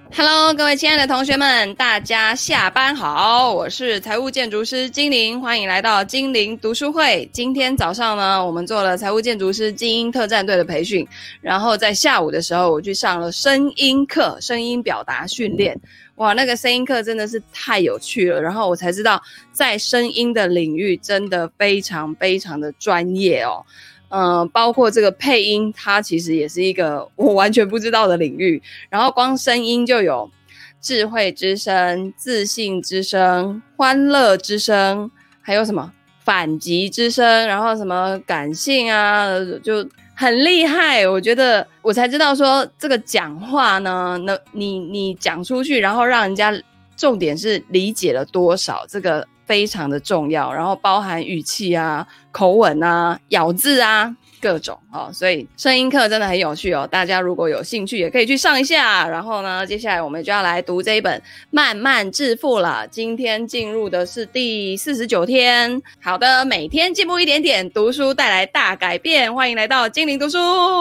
Hello，各位亲爱的同学们，大家下班好，我是财务建筑师精灵，欢迎来到精灵读书会。今天早上呢，我们做了财务建筑师精英特战队的培训，然后在下午的时候，我去上了声音课，声音表达训练。哇，那个声音课真的是太有趣了，然后我才知道，在声音的领域真的非常非常的专业哦。包括这个配音，它其实也是一个我完全不知道的领域。然后光声音就有智慧之声、自信之声、欢乐之声，还有什么反击之声，然后什么感性啊，就很厉害。我觉得我才知道说这个讲话呢，你讲出去，然后让人家重点是理解了多少，这个非常的重要，然后包含语气啊、口吻啊、咬字啊各种哦，所以声音课真的很有趣哦，大家如果有兴趣也可以去上一下。然后呢，接下来我们就要来读这一本《慢慢致富》了。今天进入的是第49天。好的，每天进步一点点，读书带来大改变。欢迎来到精灵读书。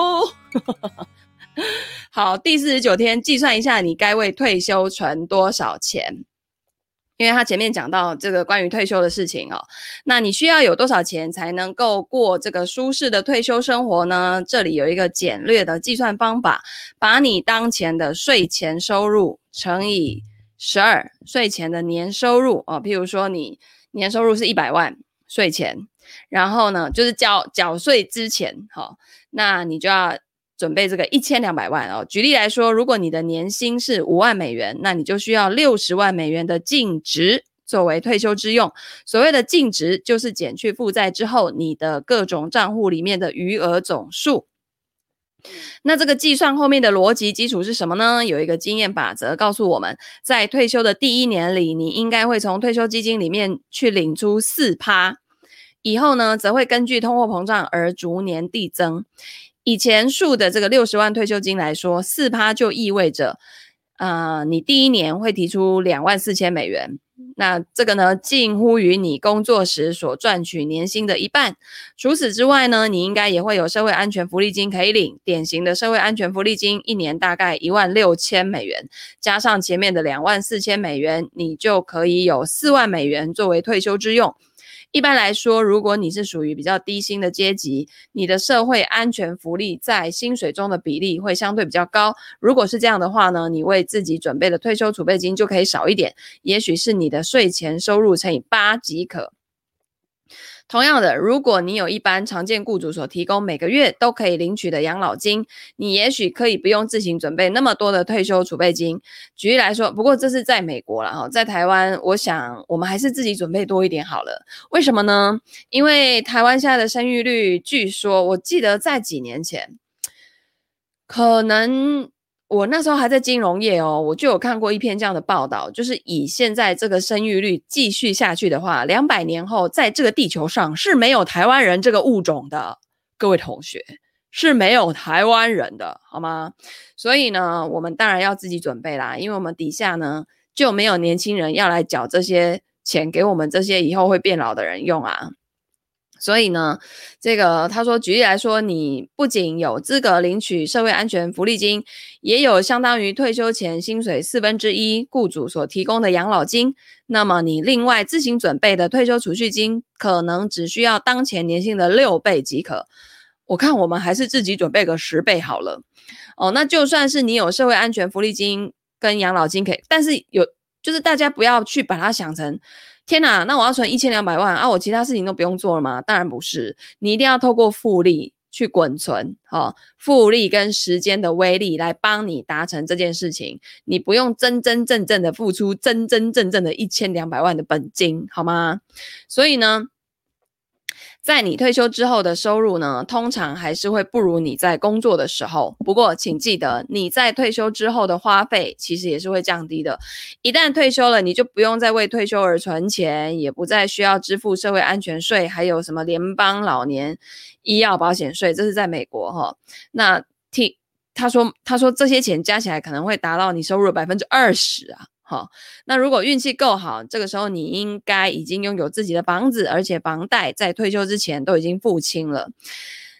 好，第49天，计算一下你该为退休存多少钱。因为他前面讲到这个关于退休的事情哦，那你需要有多少钱才能够过这个舒适的退休生活呢？这里有一个简略的计算方法，把你当前的税前收入乘以12，税前的年收入哦，譬如说你年收入是100万税前，然后呢就是缴税之前哦，那你就要准备这个1200万哦。举例来说，如果你的年薪是5万美元，那你就需要60万美元的净值作为退休之用。所谓的净值就是减去负债之后你的各种账户里面的余额总数。那这个计算后面的逻辑基础是什么呢？有一个经验法则告诉我们，在退休的第1年里，你应该会从退休基金里面去领出 4%， 以后呢则会根据通货膨胀而逐年递增。以前述的这个60万退休金来说， 4% 就意味着你第1年会提出24000美元，那这个呢近乎于你工作时所赚取年薪的一半。除此之外呢，你应该也会有社会安全福利金可以领，典型的社会安全福利金1年大概16000美元，加上前面的24000美元，你就可以有4万美元作为退休之用。一般来说，如果你是属于比较低薪的阶级，你的社会安全福利在薪水中的比例会相对比较高。如果是这样的话呢，你为自己准备的退休储备金就可以少一点，也许是你的税前收入乘以8即可。同样的，如果你有一般常见雇主所提供每个月都可以领取的养老金，你也许可以不用自行准备那么多的退休储备金。举例来说，不过这是在美国啦，在台湾我想我们还是自己准备多一点好了。为什么呢？因为台湾现在的生育率，据说我记得在几年前，可能我那时候还在金融业哦，我就有看过一篇这样的报道，就是以现在这个生育率继续下去的话，200年后在这个地球上是没有台湾人这个物种的，各位同学，是没有台湾人的，好吗？所以呢，我们当然要自己准备啦，因为我们底下呢就没有年轻人要来缴这些钱给我们这些以后会变老的人用啊。所以呢，这个他说，举例来说，你不仅有资格领取社会安全福利金，也有相当于退休前薪水1/4雇主所提供的养老金。那么你另外自行准备的退休储蓄金，可能只需要当前年薪的6倍即可。我看我们还是自己准备个10倍好了。哦，那就算是你有社会安全福利金跟养老金可以，但是就是大家不要去把它想成天哪，那我要存1200万啊，我其他事情都不用做了吗？当然不是，你一定要透过复利去滚存，复利跟时间的威力来帮你达成这件事情。你不用真真正正的付出真真正正的1200万的本金，好吗？所以呢，在你退休之后的收入呢，通常还是会不如你在工作的时候。不过请记得，你在退休之后的花费其实也是会降低的。一旦退休了，你就不用再为退休而存钱，也不再需要支付社会安全税，还有什么联邦老年医药保险税，这是在美国齁。那他说这些钱加起来可能会达到你收入的 20% 啊。好，那如果运气够好，这个时候你应该已经拥有自己的房子，而且房贷在退休之前都已经付清了。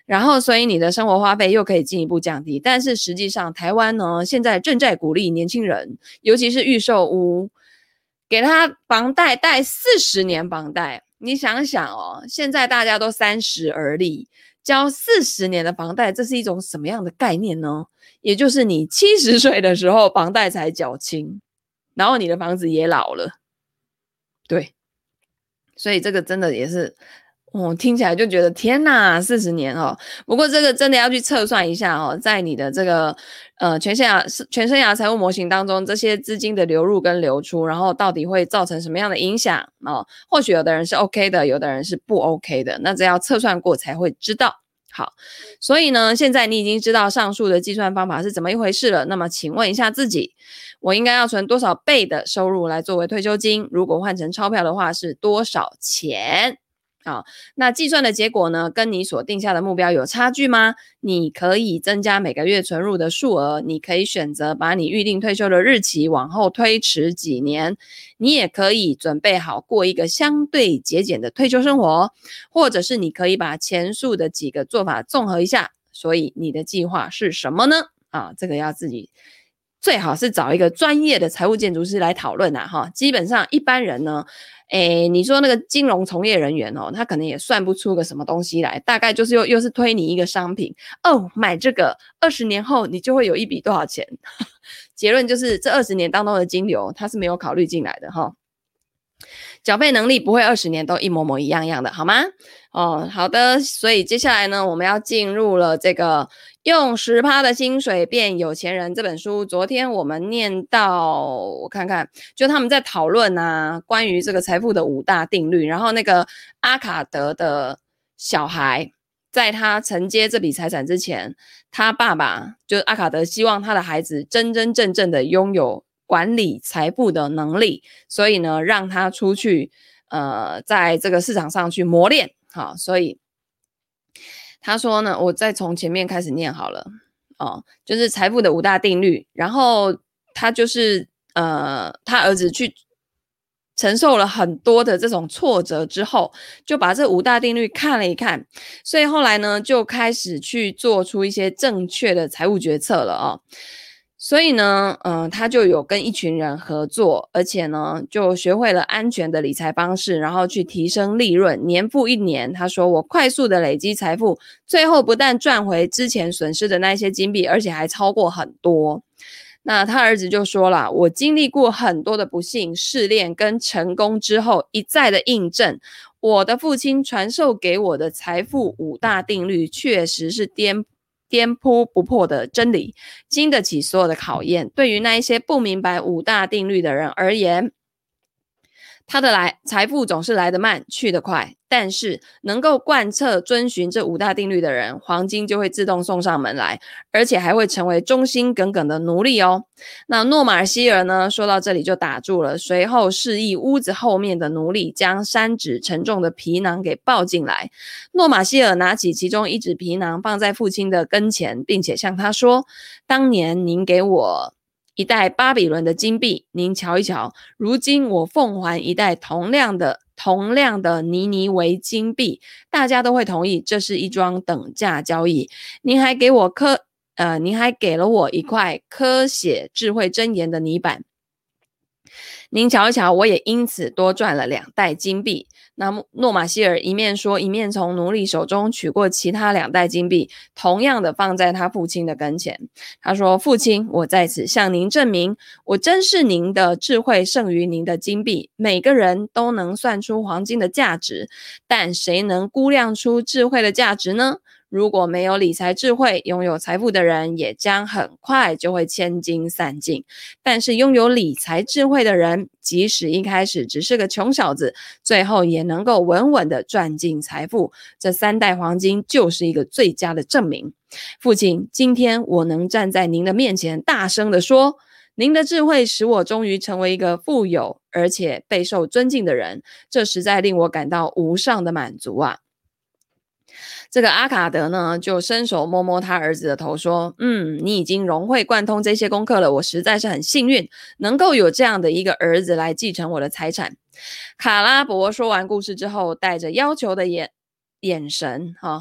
然后所以你的生活花费又可以进一步降低。但是实际上台湾呢，现在正在鼓励年轻人，尤其是预售屋，给他房贷贷40年房贷。你想想哦，现在大家都30而立，交40年的房贷，这是一种什么样的概念呢？也就是你70岁的时候房贷才缴清，然后你的房子也老了。对，所以这个真的也是听起来就觉得天哪，40年哦。不过这个真的要去测算一下哦，在你的这个全生涯财务模型当中，这些资金的流入跟流出，然后到底会造成什么样的影响哦？或许有的人是 OK 的，有的人是不 OK 的，那这要测算过才会知道。好，所以呢，现在你已经知道上述的计算方法是怎么一回事了。那么请问一下自己，我应该要存多少倍的收入来作为退休金？如果换成钞票的话是多少钱？好，那计算的结果呢，跟你所定下的目标有差距吗？你可以增加每个月存入的数额，你可以选择把你预定退休的日期往后推迟几年，你也可以准备好过一个相对节俭的退休生活，或者是你可以把前述的几个做法综合一下。所以你的计划是什么呢？这个要自己最好是找一个专业的财务建筑师来讨论哈。基本上一般人呢，你说那个金融从业人员他可能也算不出个什么东西来，大概就是又是推你一个商品买这个20年后你就会有一笔多少钱结论就是这20年当中的金流它是没有考虑进来的哈。缴费能力不会20年都一模模一样样的，好吗？好的，所以接下来呢，我们要进入了这个用10%的薪水变有钱人这本书。昨天我们念到，我看看，就他们在讨论关于这个财富的5大定律，然后那个阿卡德的小孩，在他承接这笔财产之前，他爸爸就是阿卡德希望他的孩子真真正正的拥有管理财富的能力，所以呢，让他出去在这个市场上去磨练。好，所以他说呢，我再从前面开始念好了就是财富的5大定律，然后他就是他儿子去承受了很多的这种挫折之后，就把这5大定律看了一看，所以后来呢就开始去做出一些正确的财务决策了所以呢他就有跟一群人合作，而且呢就学会了安全的理财方式，然后去提升利润，年复一年。他说我快速的累积财富，最后不但赚回之前损失的那些金币，而且还超过很多。那他儿子就说了，我经历过很多的不幸试炼跟成功之后，一再的印证我的父亲传授给我的财富5大定律确实是颠扑不破的真理，经得起所有的考验。对于那一些不明白5大定律的人而言，他的财富总是来得慢去得快，但是能够贯彻遵循这5大定律的人，黄金就会自动送上门来，而且还会成为忠心耿耿的奴隶那诺马希尔呢，说到这里就打住了，随后示意屋子后面的奴隶将3只沉重的皮囊给抱进来。诺马希尔拿起其中1只皮囊放在父亲的跟前，并且向他说，当年您给我1袋巴比伦的金币，您瞧一瞧，如今我奉还1袋同量的尼尼微金币，大家都会同意这是一桩等价交易。您还给了我1块刻写智慧箴言的泥板，您瞧一瞧，我也因此多赚了2袋金币。那诺马希尔一面说，一面从奴隶手中取过其他2袋金币，同样的放在他父亲的跟前。他说，父亲，我在此向您证明，我真是您的智慧胜于您的金币。每个人都能算出黄金的价值，但谁能估量出智慧的价值呢？如果没有理财智慧，拥有财富的人也将很快就会千金散尽。但是拥有理财智慧的人，即使一开始只是个穷小子，最后也能够稳稳的赚进财富。这3袋黄金就是一个最佳的证明。父亲，今天我能站在您的面前大声地说，您的智慧使我终于成为一个富有而且备受尊敬的人，这实在令我感到无上的满足这个阿卡德呢，就伸手摸摸他儿子的头说，你已经融会贯通这些功课了，我实在是很幸运，能够有这样的一个儿子来继承我的财产。卡拉伯说完故事之后，带着要求的眼神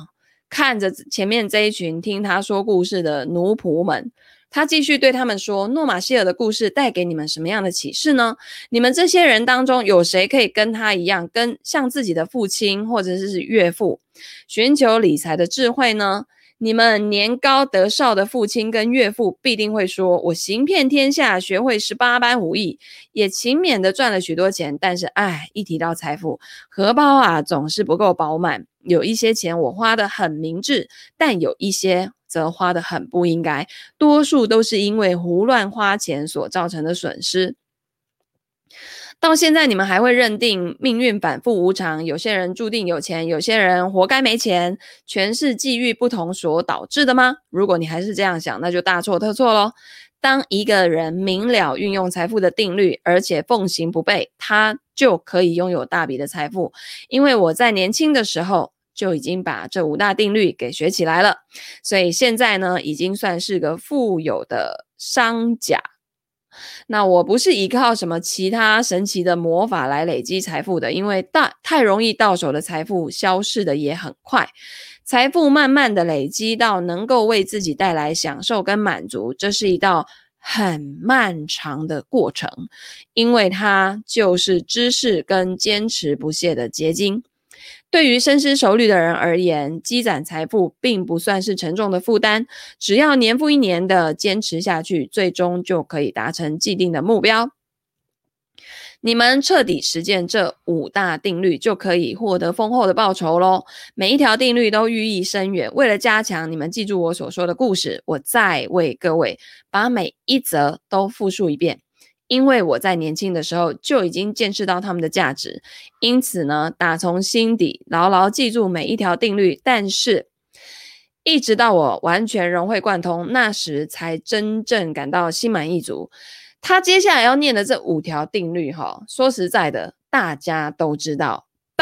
看着前面这一群听他说故事的奴仆们，他继续对他们说，诺马希尔的故事带给你们什么样的启示呢？你们这些人当中有谁可以跟他一样，像自己的父亲或者是岳父寻求理财的智慧呢？你们年高德少的父亲跟岳父必定会说，我行遍天下，学会18般武艺，也勤勉的赚了许多钱，但是一提到财富，荷包总是不够饱满。有一些钱我花得很明智，但有一些则花得很不应该，多数都是因为胡乱花钱所造成的损失。到现在你们还会认定命运反复无常，有些人注定有钱，有些人活该没钱，全是际遇不同所导致的吗？如果你还是这样想，那就大错特错咯。当一个人明了运用财富的定律，而且奉行不悖，他就可以拥有大笔的财富。因为我在年轻的时候就已经把这5大定律给学起来了，所以现在呢，已经算是个富有的商家。那我不是依靠什么其他神奇的魔法来累积财富的，因为太容易到手的财富消逝的也很快。财富慢慢的累积到能够为自己带来享受跟满足，这是一道很漫长的过程，因为它就是知识跟坚持不懈的结晶。对于深思熟虑的人而言，积攒财富并不算是沉重的负担，只要年复一年的坚持下去，最终就可以达成既定的目标。你们彻底实践这5大定律，就可以获得丰厚的报酬咯。每一条定律都寓意深远，为了加强你们记住我所说的故事，我再为各位把每一则都复述一遍。因为我在年轻的时候就已经见识到他们的价值，因此呢，打从心底牢牢记住每一条定律，但是一直到我完全融会贯通，那时才真正感到心满意足。他接下来要念的这5条定律说实在的，大家都知道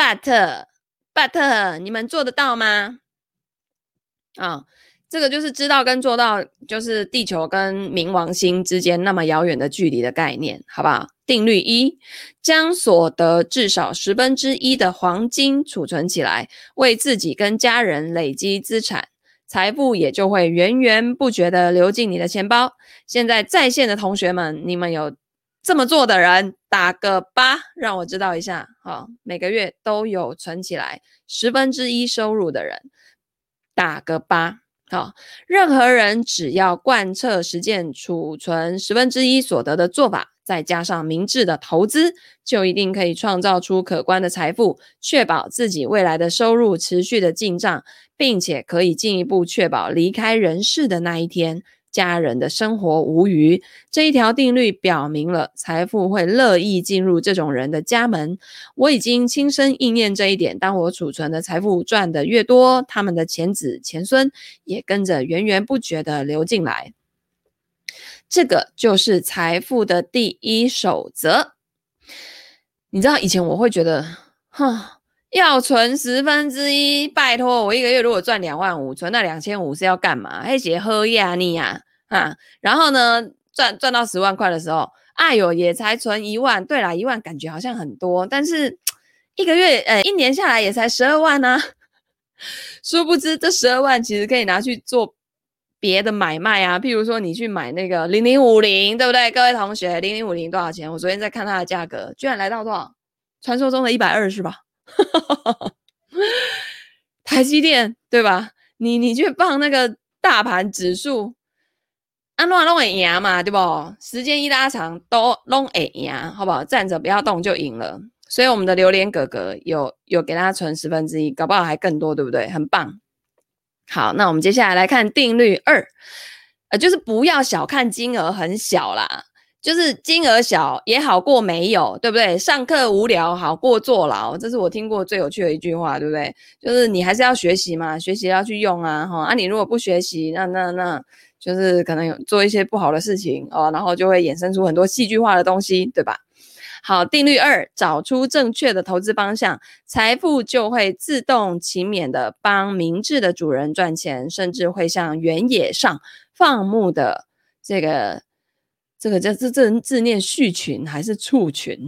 but 你们做得到吗？这个就是知道跟做到，就是地球跟冥王星之间那么遥远的距离的概念，好不好？定律1，将所得至少1/10的黄金储存起来，为自己跟家人累积资产，财富也就会源源不绝的流进你的钱包。现在在线的同学们，你们有这么做的人打个8，让我知道一下。每个月都有存起来1/10收入的人打个8。任何人只要贯彻实践储存1/10所得的做法，再加上明智的投资，就一定可以创造出可观的财富，确保自己未来的收入持续的进账，并且可以进一步确保离开人世的那一天，家人的生活无虞。这一条定律表明了财富会乐意进入这种人的家门。我已经亲身应验这一点，当我储存的财富赚得越多，他们的钱子钱孙也跟着源源不绝的流进来。这个就是财富的第1守则。你知道以前我会觉得要存1/10，拜托，我一个月如果赚2万5，存那2500是要干嘛？那些喝呀你呀然后呢，赚到10万块的时候，也才存1万。对啦，1万感觉好像很多，但是一个月1年下来也才12万啊。殊不知这12万其实可以拿去做别的买卖啊，譬如说你去买那个0050，对不对？各位同学，0050多少钱？我昨天在看它的价格，居然来到多少？传说中的120是吧？台积电对吧？你去放那个大盘指数，怎样都会赢嘛，对不？时间一拉长都会赢，好不好？站着不要动就赢了。所以我们的榴莲哥哥有给他存1/10，搞不好还更多，对不对？很棒。好，那我们接下来来看定律2，就是不要小看金额很小啦。就是金额小也好过没有，对不对？上课无聊好过坐牢，这是我听过最有趣的一句话，对不对？就是你还是要学习嘛，学习要去用啊，你如果不学习，那就是可能有做一些不好的事情然后就会衍生出很多戏剧化的东西，对吧？好，定律2，找出正确的投资方向，财富就会自动勤勉的帮明智的主人赚钱，甚至会像原野上放牧的这个字念畜群还是畜群呢？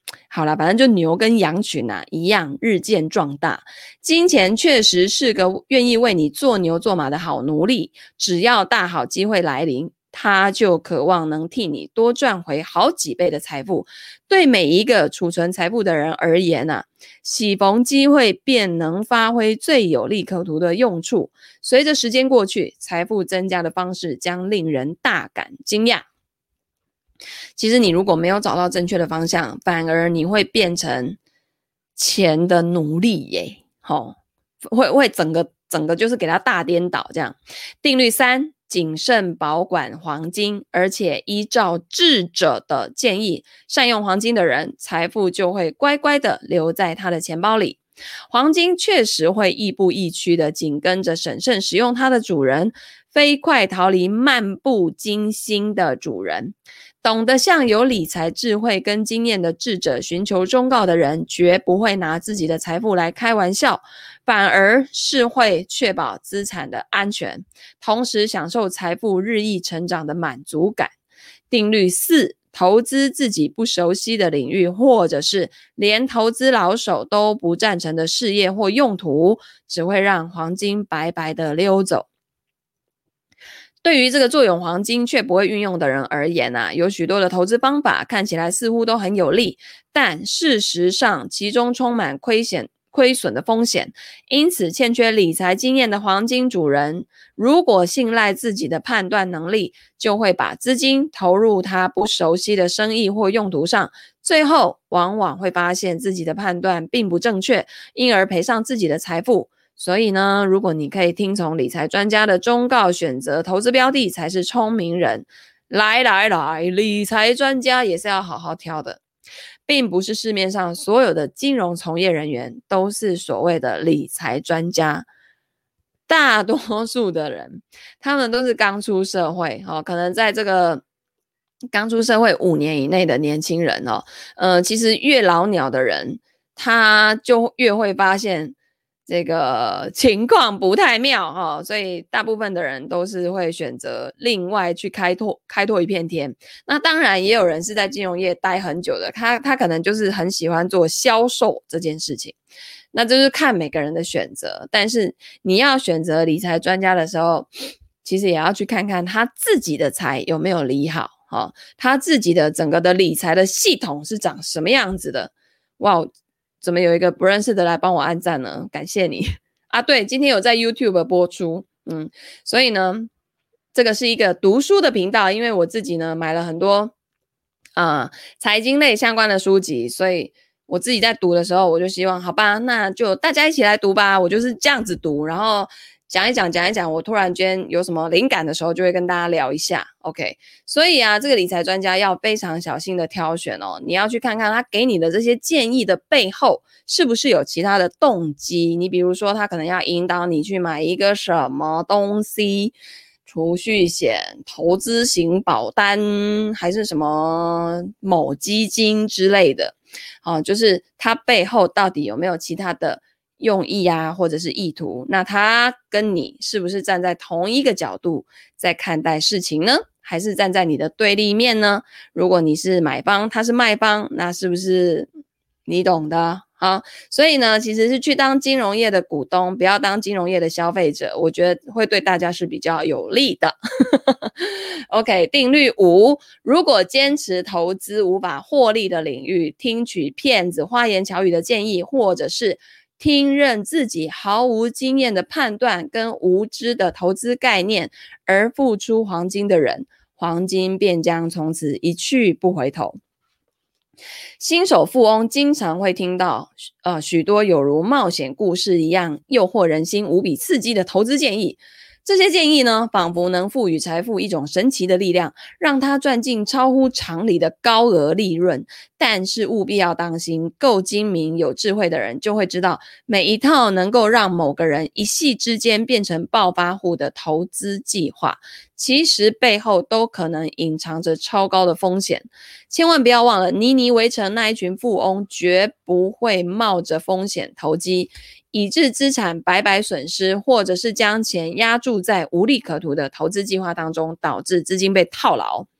好啦，反正就牛跟羊群啊一样，日渐壮大。金钱确实是个愿意为你做牛做马的好奴隶，只要大好机会来临，他就渴望能替你多赚回好几倍的财富。对每一个储存财富的人而言啊，喜逢机会便能发挥最有利可图的用处。随着时间过去，财富增加的方式将令人大感惊讶。其实你如果没有找到正确的方向，反而你会变成钱的奴隶耶，会整个就是给它大颠倒这样。定律3，谨慎保管黄金，而且依照智者的建议善用黄金的人，财富就会乖乖的留在他的钱包里。黄金确实会亦步亦趋的紧跟着审慎使用它的主人，飞快逃离漫不经心的主人。懂得向有理财智慧跟经验的智者寻求忠告的人，绝不会拿自己的财富来开玩笑，反而是会确保资产的安全，同时享受财富日益成长的满足感。定律4，投资自己不熟悉的领域，或者是连投资老手都不赞成的事业或用途，只会让黄金白白的溜走。对于这个坐拥黄金却不会运用的人而言啊，有许多的投资方法看起来似乎都很有利，但事实上其中充满亏损的风险。因此欠缺理财经验的黄金主人，如果信赖自己的判断能力，就会把资金投入他不熟悉的生意或用途上，最后往往会发现自己的判断并不正确，因而赔上自己的财富。所以呢，如果你可以听从理财专家的忠告，选择投资标的才是聪明人。来，理财专家也是要好好挑的，并不是市面上所有的金融从业人员都是所谓的理财专家。大多数的人，他们都是刚出社会，可能在这个刚出社会5年以内的年轻人其实越老鸟的人，他就越会发现这个情况不太妙所以大部分的人都是会选择另外去开拓一片天。那当然也有人是在金融业待很久的，他可能就是很喜欢做销售这件事情，那就是看每个人的选择。但是你要选择理财专家的时候，其实也要去看看他自己的财有没有理好他自己的整个的理财的系统是长什么样子的。哇，怎么有一个不认识的来帮我按赞呢？感谢你啊！对，今天有在 YouTube 播出，所以呢，这个是一个读书的频道，因为我自己呢买了很多财经类相关的书籍，所以我自己在读的时候，我就希望好吧，那就大家一起来读吧。我就是这样子读，然后讲一讲，我突然间有什么灵感的时候，就会跟大家聊一下。OK， 所以啊，这个理财专家要非常小心的挑选你要去看看他给你的这些建议的背后是不是有其他的动机。你比如说，他可能要引导你去买一个什么东西，储蓄险、投资型保单，还是什么某基金之类的就是它背后到底有没有其他的用意啊，或者是意图，那他跟你是不是站在同一个角度在看待事情呢？还是站在你的对立面呢？如果你是买方，他是卖方，那是不是你懂的？所以呢，其实是去当金融业的股东，不要当金融业的消费者，我觉得会对大家是比较有利的。OK， 定律5，如果坚持投资无法获利的领域，听取骗子花言巧语的建议，或者是听任自己毫无经验的判断跟无知的投资概念而付出黄金的人，黄金便将从此一去不回头。新手富翁经常会听到许多有如冒险故事一样诱惑人心、无比刺激的投资建议。这些建议呢，仿佛能赋予财富一种神奇的力量，让他赚进超乎常理的高额利润。但是务必要当心，够精明有智慧的人就会知道，每一套能够让某个人一夕之间变成暴发户的投资计划，其实背后都可能隐藏着超高的风险。千万不要忘了，尼尼微城那一群富翁绝不会冒着风险投机，以致资产白白损失，或者是将钱押注在无利可图的投资计划当中，导致资金被套牢。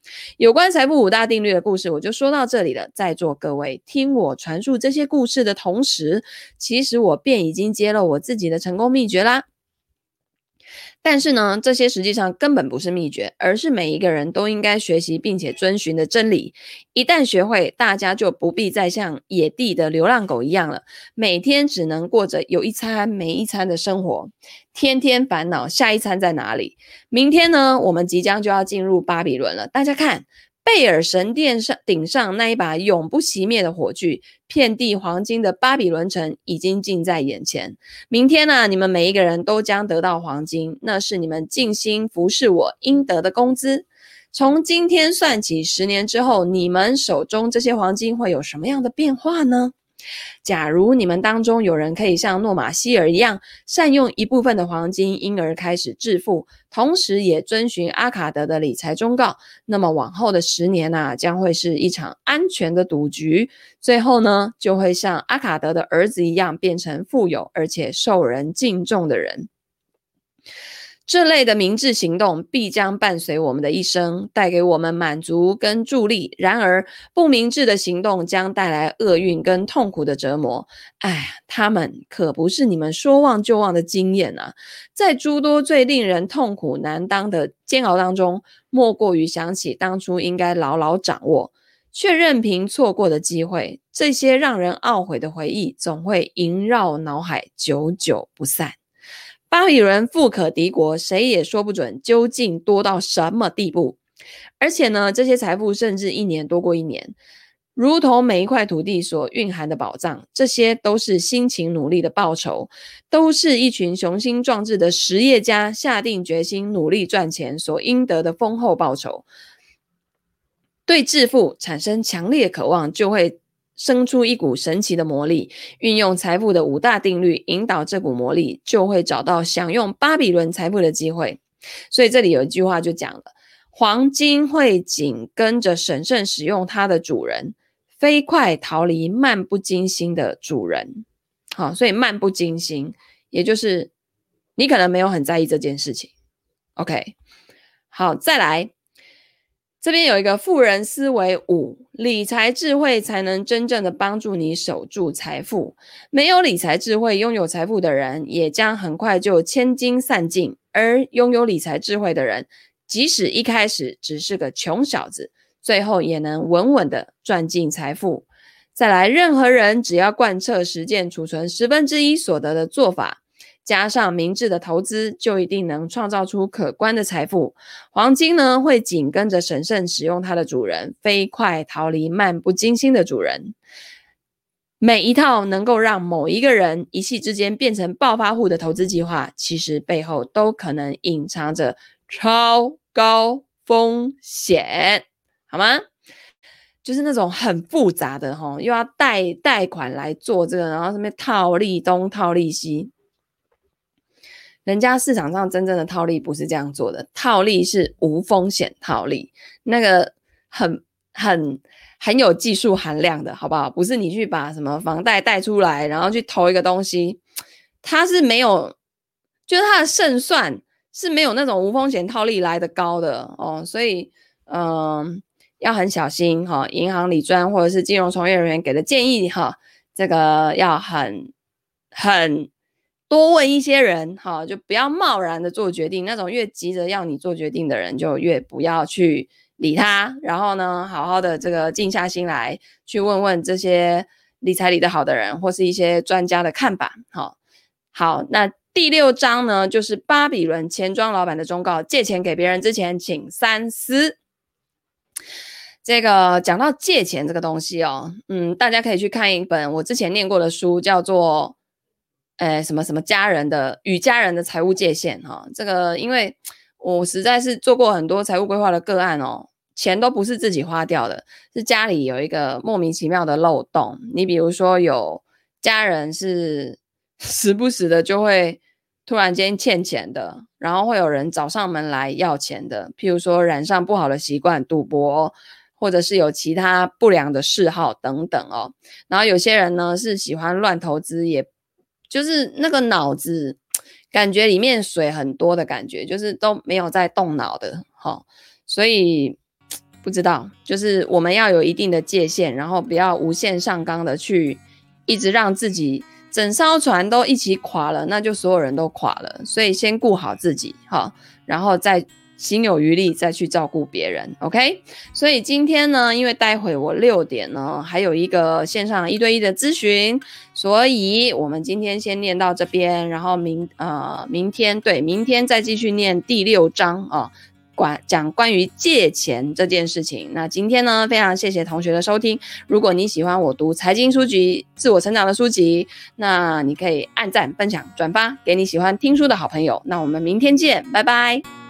有关财富五大定律的故事我就说到这里了，在座各位听我传述这些故事的同时，其实我便已经揭露我自己的成功秘诀啦。但是呢，这些实际上根本不是秘诀，而是每一个人都应该学习并且遵循的真理。一旦学会，大家就不必再像野地的流浪狗一样了，每天只能过着有一餐没一餐的生活，天天烦恼下一餐在哪里。明天呢，我们即将就要进入巴比伦了，大家看，贝尔神殿顶上那一把永不熄灭的火炬，遍地黄金的巴比伦城已经近在眼前。明天呢，你们每一个人都将得到黄金，那是你们尽心服侍我应得的工资。从今天算起，10年之后，你们手中这些黄金会有什么样的变化呢？假如你们当中有人可以像诺马希尔一样善用一部分的黄金，因而开始致富，同时也遵循阿卡德的理财忠告，那么往后的10年啊，将会是一场安全的赌局，最后呢，就会像阿卡德的儿子一样变成富有而且受人敬重的人。这类的明智行动必将伴随我们的一生，带给我们满足跟助力。然而，不明智的行动将带来厄运跟痛苦的折磨。哎，他们可不是你们说忘就忘的经验啊！在诸多最令人痛苦难当的煎熬当中，莫过于想起当初应该牢牢掌握，却任凭错过的机会。这些让人懊悔的回忆，总会萦绕脑海，久久不散。巴比伦富可敌国，谁也说不准究竟多到什么地步。而且呢，这些财富甚至一年多过一年，如同每一块土地所蕴含的宝藏，这些都是辛勤努力的报酬，都是一群雄心壮志的实业家下定决心努力赚钱所应得的丰厚报酬。对致富产生强烈渴望，就会生出一股神奇的魔力，运用财富的5大定律，引导这股魔力，就会找到享用巴比伦财富的机会。所以这里有一句话就讲了，黄金会紧跟着审慎使用它的主人，飞快逃离漫不经心的主人。好，所以漫不经心，也就是你可能没有很在意这件事情。OK， 好，再来。这边有一个富人思维5，理财智慧才能真正的帮助你守住财富。没有理财智慧，拥有财富的人也将很快就千金散尽，而拥有理财智慧的人，即使一开始只是个穷小子，最后也能稳稳的赚进财富。再来，任何人只要贯彻实践储存1/10所得的做法，加上明智的投资，就一定能创造出可观的财富。黄金呢，会紧跟着审慎使用它的主人，飞快逃离漫不经心的主人。每一套能够让某一个人一夕之间变成暴发户的投资计划，其实背后都可能隐藏着超高风险，好吗？就是那种很复杂的又要贷款来做这个，然后什么套利东套利西。人家市场上真正的套利不是这样做的，套利是无风险套利，那个很有技术含量的，好不好？不是你去把什么房贷贷出来，然后去投一个东西，它是没有，就是它的胜算是没有那种无风险套利来的高的哦，所以要很小心哈，银行理专或者是金融从业人员给的建议哈，这个要很多问一些人哈，就不要贸然的做决定，那种越急着要你做决定的人就越不要去理他，然后呢好好的这个静下心来去问问这些理财理得好的人或是一些专家的看法。好，那第6章呢就是巴比伦钱庄老板的忠告，借钱给别人之前请三思。这个讲到借钱这个东西哦，大家可以去看一本我之前念过的书，叫做什么什么家人的与家人的财务界限哈。这个因为我实在是做过很多财务规划的个案哦，钱都不是自己花掉的，是家里有一个莫名其妙的漏洞。你比如说有家人是时不时的就会突然间欠钱的，然后会有人找上门来要钱的，譬如说染上不好的习惯，赌博，或者是有其他不良的嗜好等等哦。然后有些人呢是喜欢乱投资，也就是那个脑子感觉里面水很多的感觉，就是都没有在动脑的所以不知道，就是我们要有一定的界限，然后不要无限上纲的去一直让自己整艘船都一起垮了，那就所有人都垮了。所以先顾好自己哈，然后再心有余力再去照顾别人 ，OK？ 所以今天呢，因为待会我6点呢还有一个线上1对1的咨询，所以我们今天先念到这边，然后明天再继续念第6章啊。讲关于借钱这件事情。那今天呢，非常谢谢同学的收听。如果你喜欢我读财经书籍、自我成长的书籍，那你可以按赞、分享、转发给你喜欢听书的好朋友。那我们明天见，拜拜。